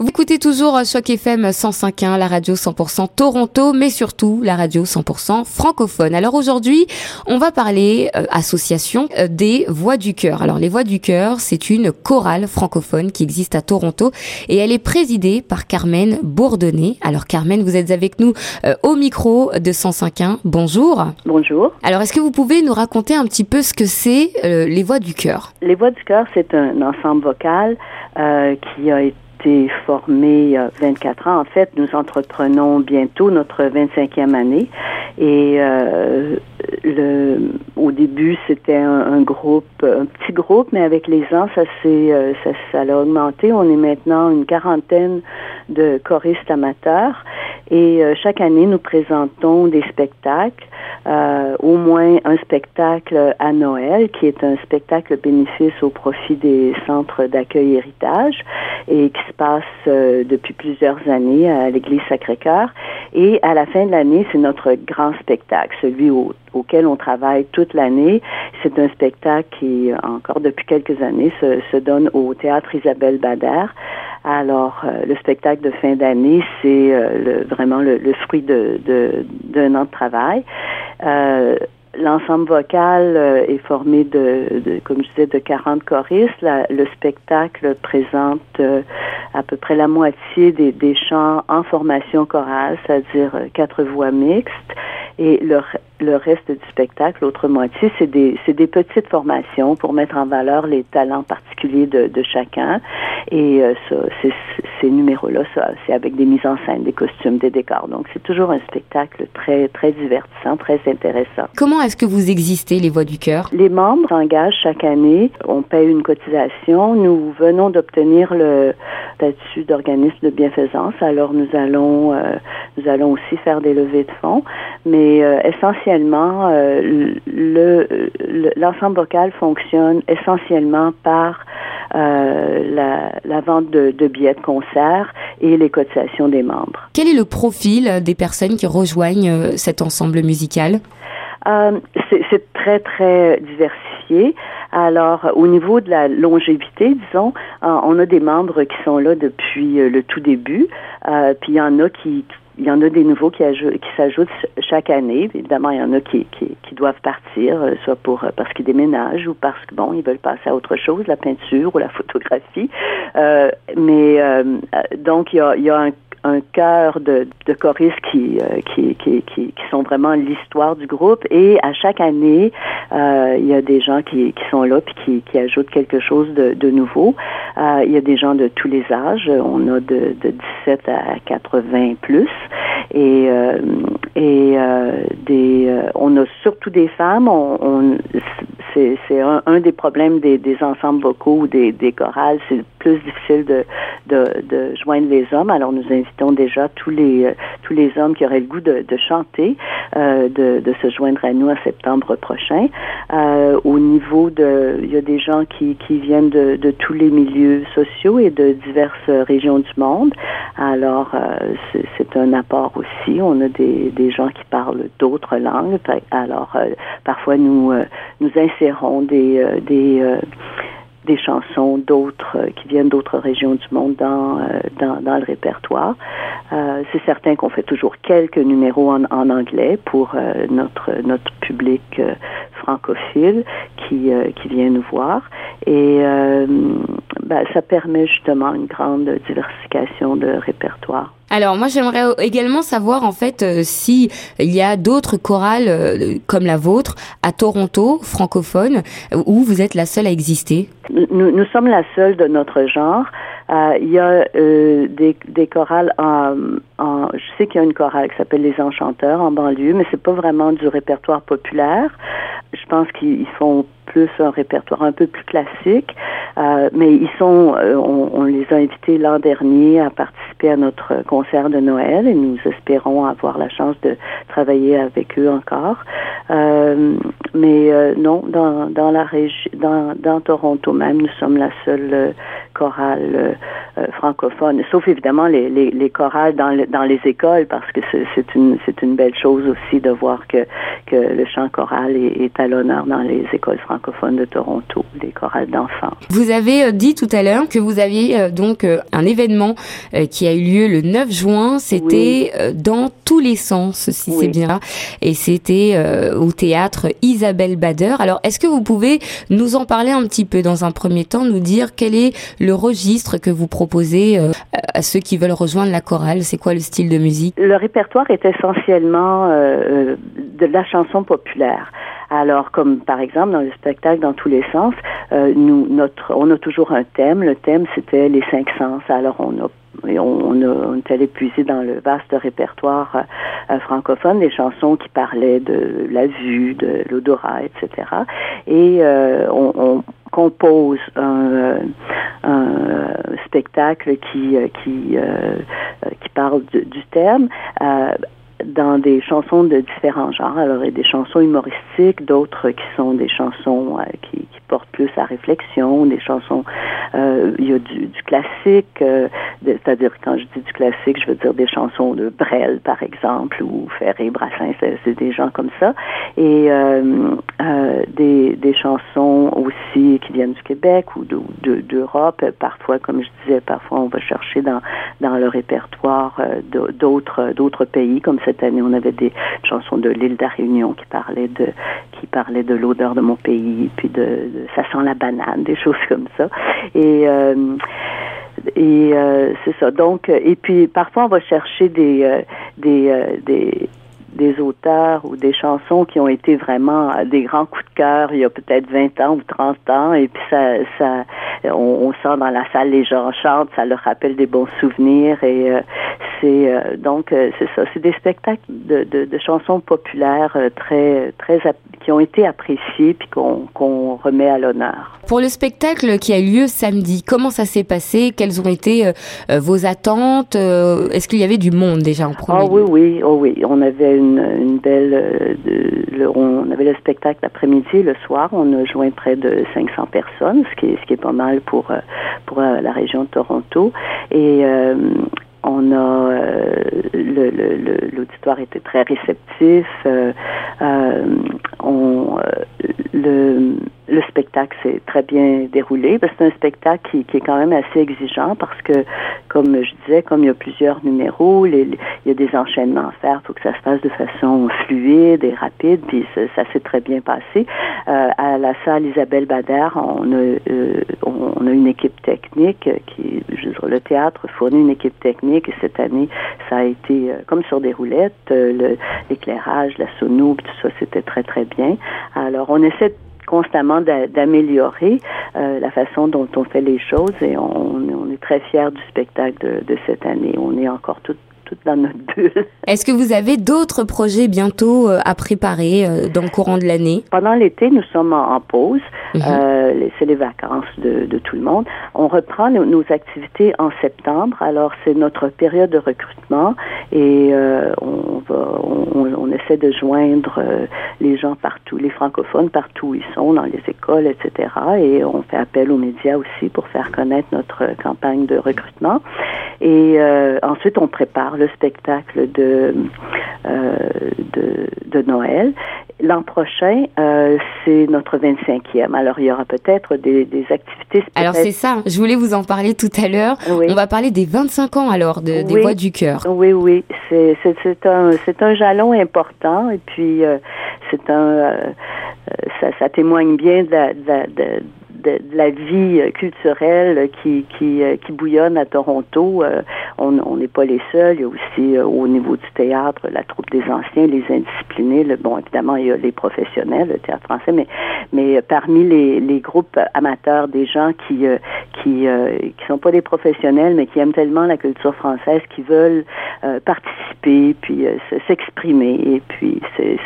Vous écoutez toujours Choc FM 105.1, la radio 100% Toronto, mais surtout la radio 100% francophone. Alors aujourd'hui, on va parler association des Voix du Cœur. Alors les Voix du Cœur, c'est une chorale francophone qui existe à Toronto et elle est présidée par Carmen Bourdonnet. Alors Carmen, vous êtes avec nous au micro de 105.1. Bonjour. Bonjour. Alors est-ce que vous pouvez nous raconter un petit peu ce que c'est les Voix du Cœur? Les Voix du Cœur, c'est un ensemble vocal qui a été formé il y a 24 ans. En fait, nous entreprenons bientôt notre 25e année. Et au début, c'était un petit groupe, mais avec les ans, ça a augmenté. On est maintenant une quarantaine de choristes amateurs. Et chaque année, nous présentons des spectacles, au moins un spectacle à Noël, qui est un spectacle bénéfice au profit des centres d'accueil héritage et qui se passe depuis plusieurs années à l'Église Sacré-Cœur. Et à la fin de l'année, c'est notre grand spectacle, celui auquel on travaille toute l'année. C'est un spectacle qui, encore depuis quelques années, se donne au Théâtre Isabelle Bader. Alors, le spectacle de fin d'année, c'est vraiment le fruit d'un an de travail. L'ensemble vocal est formé comme je disais, de 40 choristes. Le spectacle présente à peu près la moitié des chants en formation chorale, c'est-à-dire 4 voix mixtes. Et le reste du spectacle, l'autre moitié, c'est des petites formations pour mettre en valeur les talents particuliers de chacun. Et ces numéros-là, c'est avec des mises en scène, des costumes, des décors. Donc, c'est toujours un spectacle très, très divertissant, très intéressant. Comment est-ce que vous existez, les Voix du Cœur? Les membres s'engagent chaque année. On paye une cotisation. Nous venons d'obtenir le statut d'organisme de bienfaisance. Alors, nous allons aussi faire des levées de fonds. Mais essentiellement, l'ensemble vocal fonctionne essentiellement par la vente de billets de concert et les cotisations des membres. Quel est le profil des personnes qui rejoignent cet ensemble musical? C'est très, très diversifié. Alors, au niveau de la longévité, disons, on a des membres qui sont là depuis le tout début, puis il y en a des nouveaux qui s'ajoutent chaque année. Évidemment, il y en a qui doivent partir, soit parce qu'ils déménagent ou parce que ils veulent passer à autre chose, la peinture ou la photographie. Donc il y a un chœur de choristes qui sont vraiment l'histoire du groupe, et à chaque année il y a des gens qui sont là puis qui ajoutent quelque chose de nouveau. Il y a des gens de tous les âges, on a de 17 à 80 plus, et on a surtout des femmes. C'est un des problèmes des ensembles vocaux ou des chorales, c'est plus difficile de joindre les hommes. Alors nous invitons déjà tous les hommes qui auraient le goût de chanter de se joindre à nous en septembre prochain. Au niveau il y a des gens qui viennent de tous les milieux sociaux et de diverses régions du monde. Alors c'est un apport aussi. On a des gens qui parlent d'autres langues. Alors parfois nous insérons des chansons qui viennent d'autres régions du monde dans le répertoire. C'est certain qu'on fait toujours quelques numéros en anglais pour notre public francophile qui vient nous voir, et ça permet justement une grande diversification de répertoire. Alors moi j'aimerais également savoir en fait si il y a d'autres chorales comme la vôtre à Toronto, francophone, où vous êtes la seule à exister. Nous sommes la seule de notre genre. Il y a des chorales je sais qu'il y a une chorale qui s'appelle Les Enchanteurs en banlieue, mais c'est pas vraiment du répertoire populaire. Je pense qu'ils font plus un répertoire un peu plus classique, mais ils sont, on les a invités l'an dernier à participer à notre concert de Noël, et nous espérons avoir la chance de travailler avec eux encore. Mais non, dans la région, dans Toronto même, nous sommes la seule chorales francophones, sauf évidemment les chorales dans les écoles, parce que c'est une belle chose aussi de voir que le chant choral est à l'honneur dans les écoles francophones de Toronto, les chorales d'enfants. Vous avez dit tout à l'heure que vous aviez donc un événement qui a eu lieu le 9 juin, c'était dans tous les sens, si c'est bien, et c'était au théâtre Isabelle Bader. Alors, est-ce que vous pouvez nous en parler un petit peu dans un premier temps, nous dire quel est le registre que vous proposez à ceux qui veulent rejoindre la chorale? C'est quoi le style de musique? Le répertoire est essentiellement de la chanson populaire. Alors, comme par exemple dans le spectacle Dans tous les sens, on a toujours un thème. Le thème, c'était les 5 sens. Alors, on est allé puiser dans le vaste répertoire francophone des chansons qui parlaient de la vue, de l'odorat, etc. Et on compose un spectacle qui parle du thème dans des chansons de différents genres. Alors, il y a des chansons humoristiques, d'autres qui sont des chansons qui portent plus à réflexion, des chansons, il y a du classique, c'est-à-dire quand je dis du classique, je veux dire des chansons de Brel, par exemple, ou Ferré, Brassens, c'est des gens comme ça, et des chansons aussi qui viennent du Québec ou d'Europe. Parfois, comme je disais, parfois on va chercher dans le répertoire d'autres pays, comme cette année, on avait des chansons de l'île de la Réunion qui parlaient de l'odeur de mon pays, puis de ça sent la banane, des choses comme ça. Et c'est ça. Donc, et puis parfois on va chercher des auteurs ou des chansons qui ont été vraiment des grands coups de cœur il y a peut-être 20 ans ou 30 ans, et puis on sent dans la salle, les gens chantent, ça leur rappelle des bons souvenirs, et c'est ça, c'est des spectacles de chansons populaires très qui ont été appréciés puis qu'on remet à l'honneur. Pour le spectacle qui a eu lieu samedi, comment ça s'est passé? Quelles ont été vos attentes? Est-ce qu'il y avait du monde déjà en premier lieu? Oui. On avait une belle... on avait le spectacle l'après-midi, le soir. On a joint près de 500 personnes, ce qui est pas mal pour la région de Toronto. Et l'auditoire était très réceptif. Le spectacle s'est très bien déroulé. C'est un spectacle qui est quand même assez exigeant parce que, comme je disais, comme il y a plusieurs numéros, il y a des enchaînements à faire. Il faut que ça se fasse de façon fluide et rapide. Puis ça s'est très bien passé. À la salle Isabelle Bader, on a une équipe technique le théâtre fournit une équipe technique, et cette année, ça a été comme sur des roulettes. L'éclairage, la sono, tout ça, c'était très, très bien. Alors, on essaie constamment d'améliorer la façon dont on fait les choses, et on est très fiers du spectacle de cette année. On est encore tout dans notre bulle. Est-ce que vous avez d'autres projets bientôt à préparer dans le courant de l'année? Pendant l'été, nous sommes en pause. C'est les vacances de tout le monde. On reprend nos activités en septembre. Alors, c'est notre période de recrutement, et on essaie de joindre les gens partout, les francophones partout où ils sont, dans les écoles, etc. Et on fait appel aux médias aussi pour faire connaître notre campagne de recrutement. Et ensuite, on prépare le spectacle de Noël. L'an prochain, c'est notre 25e. Alors, il y aura peut-être des activités... Alors, c'est ça. Je voulais vous en parler tout à l'heure. Oui. On va parler des 25 ans, alors, des Voix du Cœur. Oui. C'est un jalon important. Et puis, ça témoigne bien de la vie culturelle qui bouillonne à Toronto. On n'est pas les seuls. Il y a aussi au niveau du théâtre, la troupe des anciens, les indisciplinés. Évidemment, il y a les professionnels, le théâtre français, mais parmi les groupes amateurs, des gens qui sont pas des professionnels, mais qui aiment tellement la culture française, qui veulent participer, puis s'exprimer. Et puis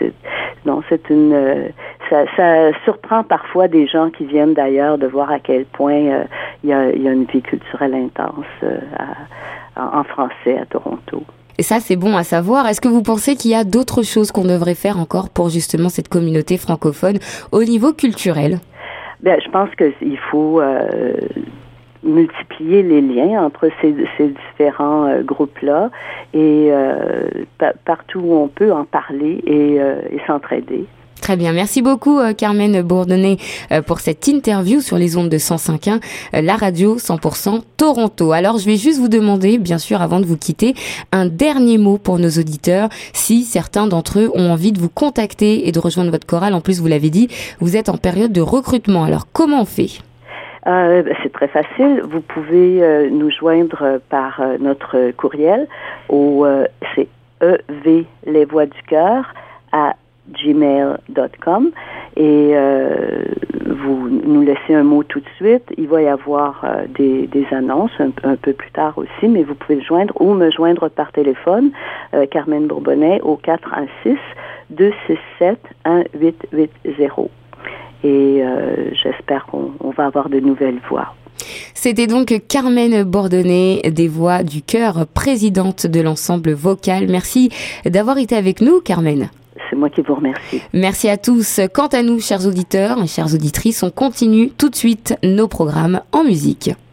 ça surprend parfois des gens qui viennent d'ailleurs de voir à quel point il y a une vie culturelle intense en français à Toronto. Et ça, c'est bon à savoir. Est-ce que vous pensez qu'il y a d'autres choses qu'on devrait faire encore pour justement cette communauté francophone au niveau culturel? Je pense qu'il faut multiplier les liens entre ces différents groupes-là et partout où on peut en parler et s'entraider. Très bien. Merci beaucoup, Carmen Bourdonnais, pour cette interview sur les ondes de 105.1, la radio 100% Toronto. Alors, je vais juste vous demander, bien sûr, avant de vous quitter, un dernier mot pour nos auditeurs. Si certains d'entre eux ont envie de vous contacter et de rejoindre votre chorale, en plus, vous l'avez dit, vous êtes en période de recrutement. Alors, comment on fait? C'est très facile. Vous pouvez nous joindre par notre courriel c'est evlesvoixducoeur@gmail.com et vous nous laissez un mot tout de suite. Il va y avoir des annonces un peu plus tard aussi, mais vous pouvez le joindre ou me joindre par téléphone, Carmen Bourbonnais, au 416-267-1880. Et j'espère qu'on va avoir de nouvelles voix. C'était donc Carmen Bourdonnais des Voix du Cœur, présidente de l'ensemble vocal. Merci d'avoir été avec nous, Carmen. C'est moi qui vous remercie. Merci à tous. Quant à nous, chers auditeurs et chères auditrices, on continue tout de suite nos programmes en musique.